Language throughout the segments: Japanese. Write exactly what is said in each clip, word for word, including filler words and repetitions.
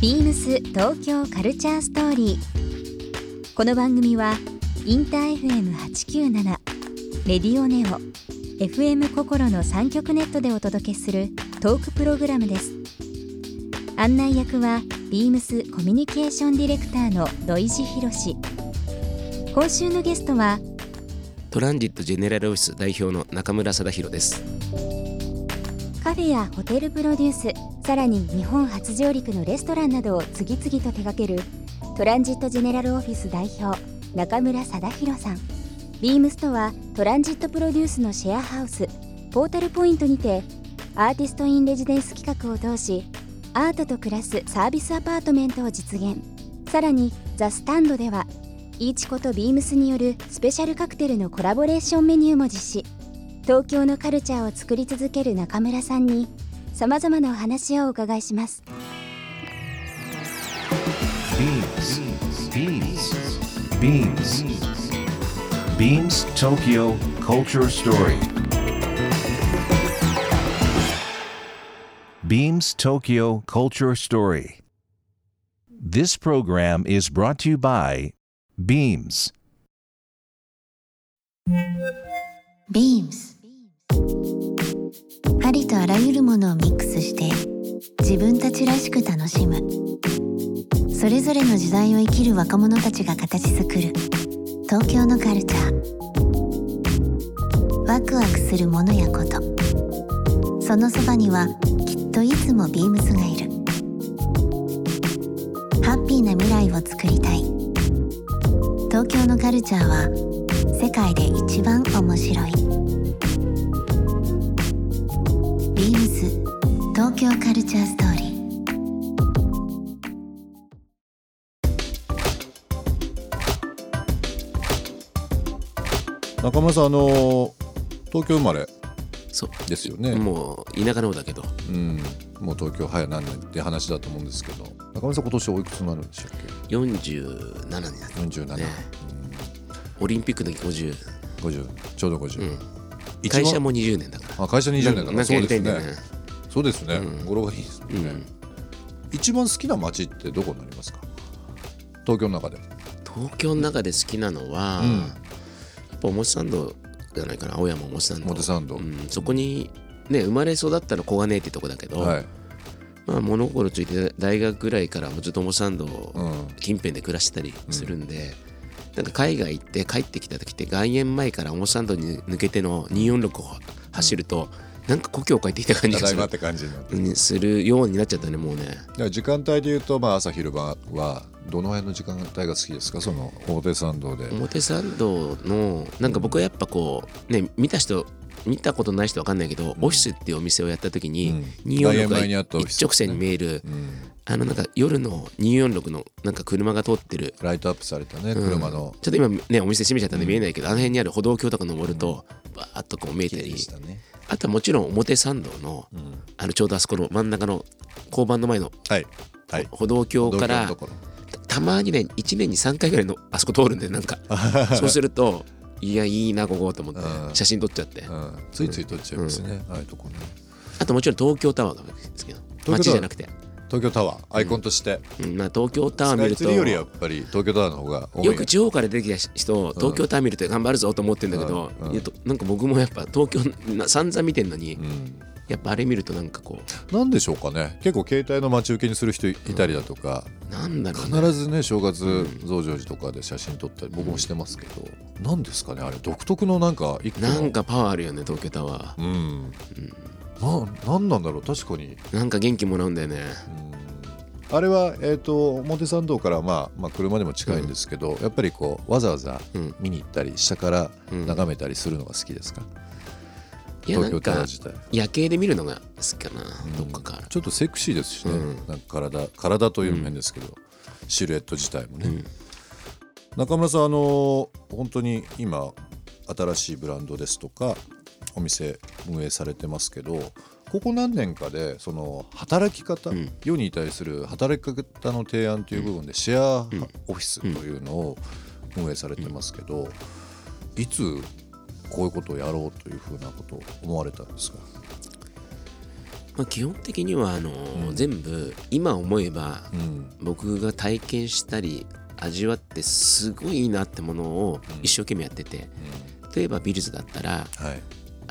ビームス東京カルチャーストーリー。この番組はインター エフエムはちきゅうなな、レディオネオ、エフエム 心のさん局ネットでお届けするトークプログラムです。案内役はビームスコミュニケーションディレクターの土井博志。今週のゲストはトランジットジェネラルオフィス代表の中村貞弘です。 カフェやホテルプロデュース、さらに日本初上陸のレストランなどを次々と手掛けるトランジットジェネラルオフィス代表中村貞弘さん。ビームスとはトランジットプロデュースのシェアハウスポータルポイントにてアーティストインレジデンス企画を通し、アートと暮らすサービスアパートメントを実現。さらにザ・スタンドではイーチコとビームスによるスペシャルカクテルのコラボレーションメニューも実施。東京のカルチャーを作り続ける中村さんにさまざまなお話をお伺いします。 ビームス ビームス ビームス Tokyo Culture Story Beams Tokyo Culture Story. This program is brought to you by Beams. Beams ありとあらゆるものをミックスして自分たちらしく楽しむ、それぞれの時代を生きる若者たちが形作る東京のカルチャー。ワクワクするものやこと、そのそばにはきっといつもビームスがいる。ハッピーな未来を作りたい。東京のカルチャーは世界で一番面白い。ビームス東京カルチャーストーリー。 中村さん、あの東京生まれそうですよね。 もう田舎の方だけど、 うん、もう東京早何年って話だと思うんですけど、中村さん今年おいくつになるんでしたっけ？ よんじゅうななになってよんじゅうなな、ね、 うん、オリンピックの時ごじゅう、 ごじゅう、ちょうどごじゅう、うん、 会社もにじゅうねんだから。 あ、会社にじゅうねんだから。そうですね、そうですね、 うん、 語呂がいいですもんね、うん、一番好きな街ってどこになりますか？東京の中で。 東京の中で好きなのは、うん、やっぱ表参道じゃないかな。青山表参道、 表参道、うん、 そこにね生まれ育ったの小金井ってとこだけど、はい、まあ、物心ついて大学ぐらいからもうずっと表参道近辺で暮らしてたりするんで、うん、なんか海外行って帰ってきた時って外苑前から表参道に抜けてのにひゃくよんじゅうろくを走ると、うん、なんか故郷帰ってきた感じがする、って感じにするようになっちゃったね、もうね。 だから時間帯でいうと、まあ、朝昼晩はどの辺の時間帯が好きですか？その表参道で。 表参道のなんか僕はやっぱこうね、見た人見たことない人分かんないけど、うん、オフィスっていうお店をやった時に、うん、にひゃくよんじゅうろくが一直線に見える、うん、あのなんか夜のにひゃくよんじゅうろくのなんか車が通ってるライトアップされたね、うん、車のちょっと今ねお店閉めちゃったんで見えないけど、うん、あの辺にある歩道橋とか登るとバーッとこう見えたり、ね、あとはもちろん表参道の、うん、あのちょうどあそこの真ん中の交番の前の、はいはい、歩道橋からたまにねいちねんにさんかいぐらいのあそこ通るんで、なんかそうするといやいいなここと思って写真撮っちゃって、うん、 ついつい撮っちゃいますね、うん、ああいうとこね。 あともちろん東京タワーがですけど、街じゃなくて東京タワーアイコンとして、 うんうん、まあ、東京タワー見るとスカイツリーよりやっぱり東京タワーの方が多い。 よく地方から出てきた人東京タワー見ると頑張るぞと思ってるんだけど、うんうん、なんか僕もやっぱ東京散々見てんのに、うん、やっぱあれ見るとなんかこうなんでしょうかね。結構携帯の待ち受けにする人いたりだとか、 うん、なんだろうね、 必ずね正月増上寺とかで写真撮ったり僕もしてますけど、うん、なんですかねあれ独特のなんか一個のなんかパワーあるよね東京タワー、うんうん、な, なんなんだろう。確かになんか元気もらうんだよね、 うん、あれは、えーと、表参道から、まあまあ、車でも近いんですけど、うん、やっぱりこうわざわざ見に行ったり下から眺めたりするのが好きですか？ いや、なんか夜景で見るのが好きかな、うん、どっかからちょっとセクシーですしね、うん、なんか 体, 体という面ですけど、うん、シルエット自体もね、うん、中村さん、あの本当に今新しいブランドですとかお店運営されてますけど、ここ何年かでその働き方、うん、世に対する働き方の提案という部分でシェアオフィスというのを運営されてますけど、いつこういうことをやろうというふうなことを思われたんですか？ まあ、基本的にはあの、うん、全部今思えば、うん、僕が体験したり味わってすごいいいなってものを一生懸命やってて、うん、例えばビルズだったら、はい、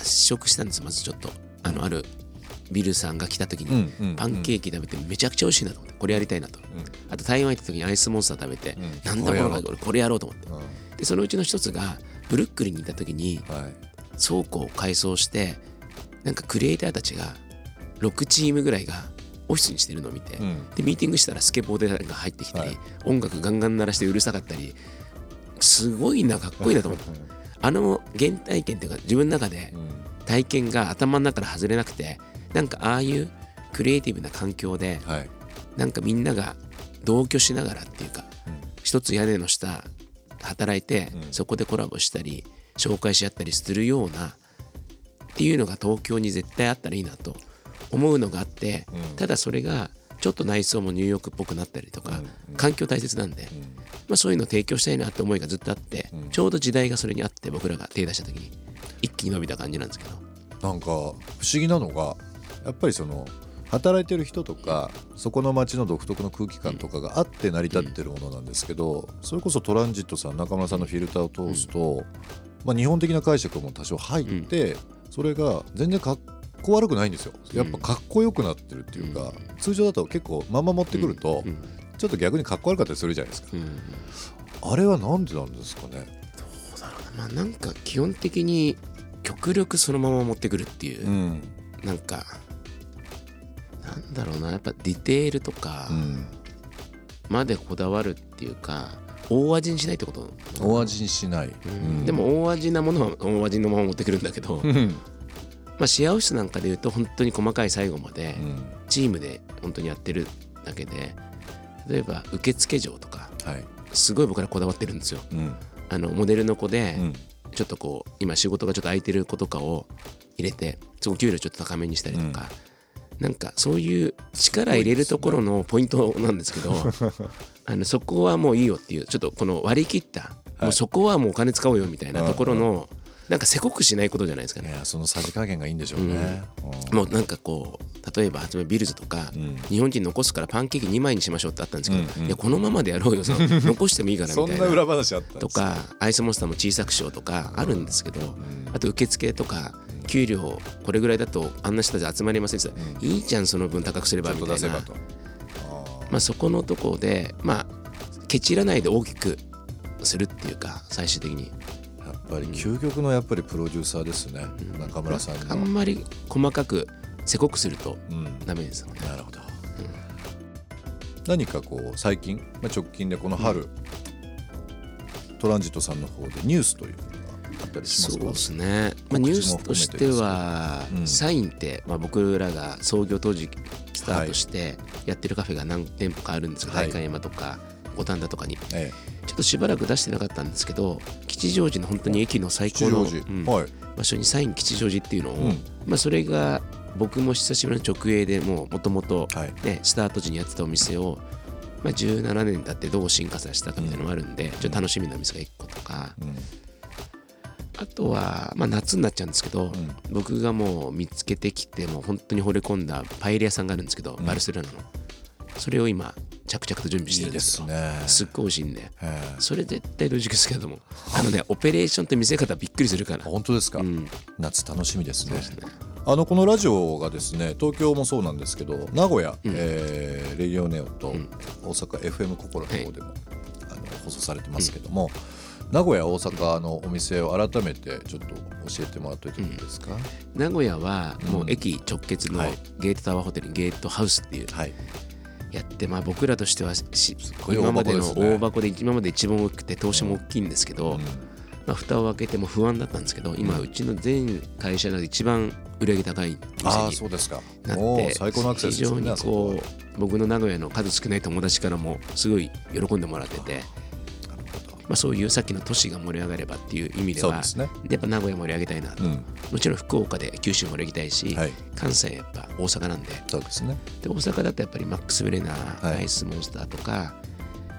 試食したんです。まずちょっとあのあるビルさんが来た時にパンケーキ食べてめちゃくちゃ美味しいなと思って、これやりたいなと、うん、あと台湾行った時にアイスモンスター食べて、うん、なんだこの俺これやろうと思って、うん、でそのうちの一つがブルックリンに行った時に、はい、倉庫を改装してなんかクリエイターたちがろくチームぐらいがオフィスにしてるのを見て、うん、でミーティングしたらスケボーでが入ってきたり、はい、音楽ガンガン鳴らしてうるさかったり、すごいなかっこいいなと思ってあの原体験っていうか自分の中で体験が頭の中から外れなくて、なんかああいうクリエイティブな環境で、はい、なんかみんなが同居しながらっていうか、うん、一つ屋根の下働いて、うん、そこでコラボしたり紹介し合ったりするようなっていうのが東京に絶対あったらいいなと思うのがあって、うん、ただそれがちょっと内装もニューヨークっぽくなったりとか、うん、環境大切なんで、うんまあ、そういうのを提供したいなって思いがずっとあって、うん、ちょうど時代がそれにあって僕らが手出した時に一気に伸びた感じなんですけど、 なんか不思議なのがやっぱりその働いてる人とかそこの街の独特の空気感とかがあって成り立ってるものなんですけど、それこそトランジットさん中村さんのフィルターを通すと、まあ、日本的な解釈も多少入ってそれが全然かっこ悪くないんですよ。やっぱかっこよくなってるっていうか、通常だと結構まま持ってくるとちょっと逆にかっこ悪かったりするじゃないですか。あれはなんでなんですかね。 どうだろうな、まあなんか基本的に極力そのまま持ってくるっていう、うん、なんかなんだろうな、やっぱディテールとかまでこだわるっていうか、大味にしないってこと。 大味にしない、うん、 でも大味なものは大味のまま持ってくるんだけど、まあシェアオフィスなんかでいうと本当に細かい最後までチームで本当にやってるだけで、例えば受付嬢とかすごい僕らこだわってるんですよ、うん、あのモデルの子でちょっとこう今仕事がちょっと空いてる子とかを入れてそこ給料ちょっと高めにしたりとか、うん、なんかそういう力入れるところのポイントなんですけど、あのそこはもういいよっていう、ちょっとこの割り切った、はい、もうそこはもうお金使おうよみたいなところのなんかせこくしないことじゃないですかね。 いやそのさじ加減がいいんでしょうね、 うん、もうなんかこう例えばビルズとか、うん、日本人残すからパンケーキにまいにしましょうってあったんですけど、うんうん、いやこのままでやろうよ、その残してもいいからみたいなそんな裏話あったんですとか、アイスモンスターも小さくしようとかあるんですけど、うん、あと受付とか給料これぐらいだとあんな人たち集まりませんって言ったら、うん、いいじゃんその分高くすればみたいな、あまあそこのところでまあケチらないで大きくするっていうか、最終的にやっぱり究極のやっぱりプロデューサーですね、うん、中村さんのあんまり細かくせこくするとダメですよね、 うん、なるほど、うん、何かこう最近、まあ、直近でこの春、うん、トランジットさんの方でニュースというのがあったりしますか。 そうですね、まあ、ニュースとしては、うん、サインって、まあ、僕らが創業当時スタートしてやってるカフェが何店舗かあるんですけど、はい、代官山とか五反田とかに、ええ、ちょっとしばらく出してなかったんですけど、吉祥寺の本当に駅の最高の、うんはい、場所にサイン吉祥寺っていうのを、うんまあ、それが僕も久しぶりの直営でもともとスタート時にやってたお店を、まあ、じゅうななねん経ってどう進化させたかみたいなのもあるんで、うん、ちょっと楽しみな店がいっことか、うん、あとは、まあ、夏になっちゃうんですけど、うん、僕がもう見つけてきてもう本当に惚れ込んだパエリアさんがあるんですけど、うん、バルセロナのそれを今着々と準備してるんですけど、いいですね、すっごい美味しいんで、それ絶対ロジックですけども、あのねオペレーションって見せ方びっくりするから。 本当ですか、うん、夏楽しみですね。そうですね。あのこのラジオがですね、東京もそうなんですけど名古屋、うんえー、レディオネオと大阪 エフエム 心の方でも、はい、あの放送されてますけども、うん、名古屋大阪のお店を改めてちょっと教えてもらっておいていいですか。 うん、名古屋はもう駅直結のゲートタワーホテルにゲートハウスっていう、はいやって、まあ、僕らとしてはし今までの大箱で今まで一番大きくて投資も大きいんですけど、うんまあ、蓋を開けても不安だったんですけど、今うちの全会社で一番売り上げ高い店になって最高のアクセスですね。 非常にこう僕の名古屋の数少ない友達からもすごい喜んでもらってて、まあ、そういうさっきの都市が盛り上がればっていう意味ではで、ね、やっぱ名古屋盛り上げたいなと、うん、もちろん福岡で九州盛り上げたいし、はい、関西やっぱ大阪なんで、 そうですね、 で大阪だとやっぱりマックスブレナー、はい、アイスモンスターとか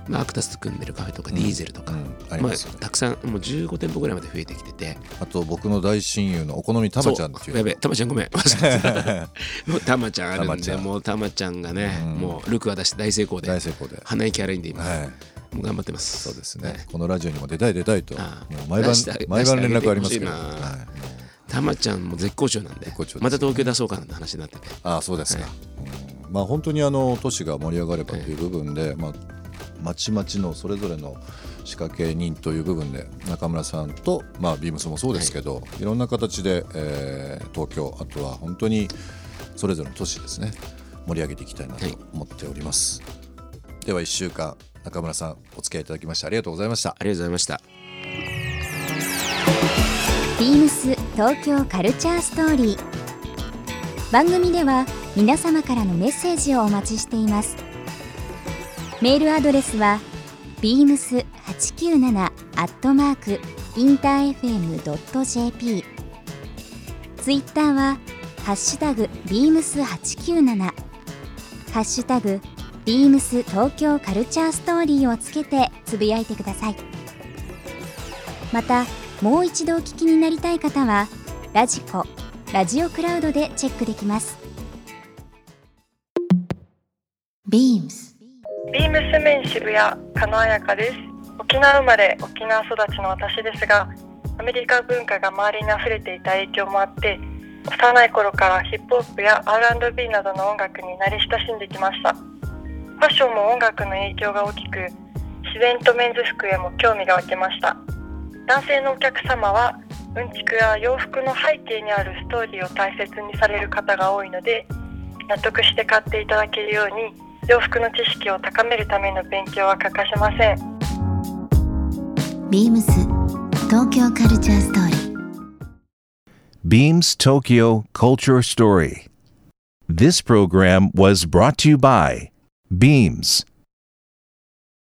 まあ、アクタスと組んでるカフェとかディーゼルとか、うんうんありますよね、まあ、たくさんもうじゅうごてんぽぐらいまで増えてきてて、 あと僕の大親友のお好みたまちゃんっていう、 やべえたまちゃんごめんもうたまちゃんあるんで、もうたまちゃんがね、うん、もうルクア出して大成功で大成功で鼻息荒いんで今、はい、もう頑張ってます。 そうですね、はい、このラジオにも出たい出たいともう毎晩毎晩連絡ありますけど、はい、 たまちゃんも絶好調なん で, で、ね、また東京出そうかなって話になってて、 ああそうですか、はい、うん、まあ本当にあの都市が盛り上がればという部分で、はい、まあまちまちのそれぞれの仕掛け人という部分で中村さんと、まあ、ビームスもそうですけど、はい、いろんな形で、えー、東京あとは本当にそれぞれの都市ですね盛り上げていきたいなと思っております、はい、ではいっしゅうかん中村さんお付き合いいただきましてありがとうございました。 ありがとうございました。 ビームス東京カルチャーストーリー、番組では皆様からのメッセージをお待ちしています。メールアドレスは ビームスはちきゅうなな アットマーク インターエフエム ドット ジェーピー、 ツイッターはハッシュタグ ビームスはちきゅうなな、 ハッシュタグ ビームス 東京カルチャーストーリーをつけてつぶやいてください。またもう一度お聞きになりたい方はラジコ、ラジオクラウドでチェックできます。 ビームスビームスメイン渋谷、加納彩香です。沖縄生まれ沖縄育ちの私ですが、アメリカ文化が周りに溢れていた影響もあって、幼い頃からヒップホップや アールアンドビー などの音楽に慣れ親しんできました。ファッションも音楽の影響が大きく、自然とメンズ服へも興味が湧きました。男性のお客様はうんちくや洋服の背景にあるストーリーを大切にされる方が多いので、納得して買っていただけるように洋服の知識を高めるための勉強は欠かしません。 ビームス東京カルチャーストーリー Beams Tokyo Culture Story. This program was brought to you by Beams.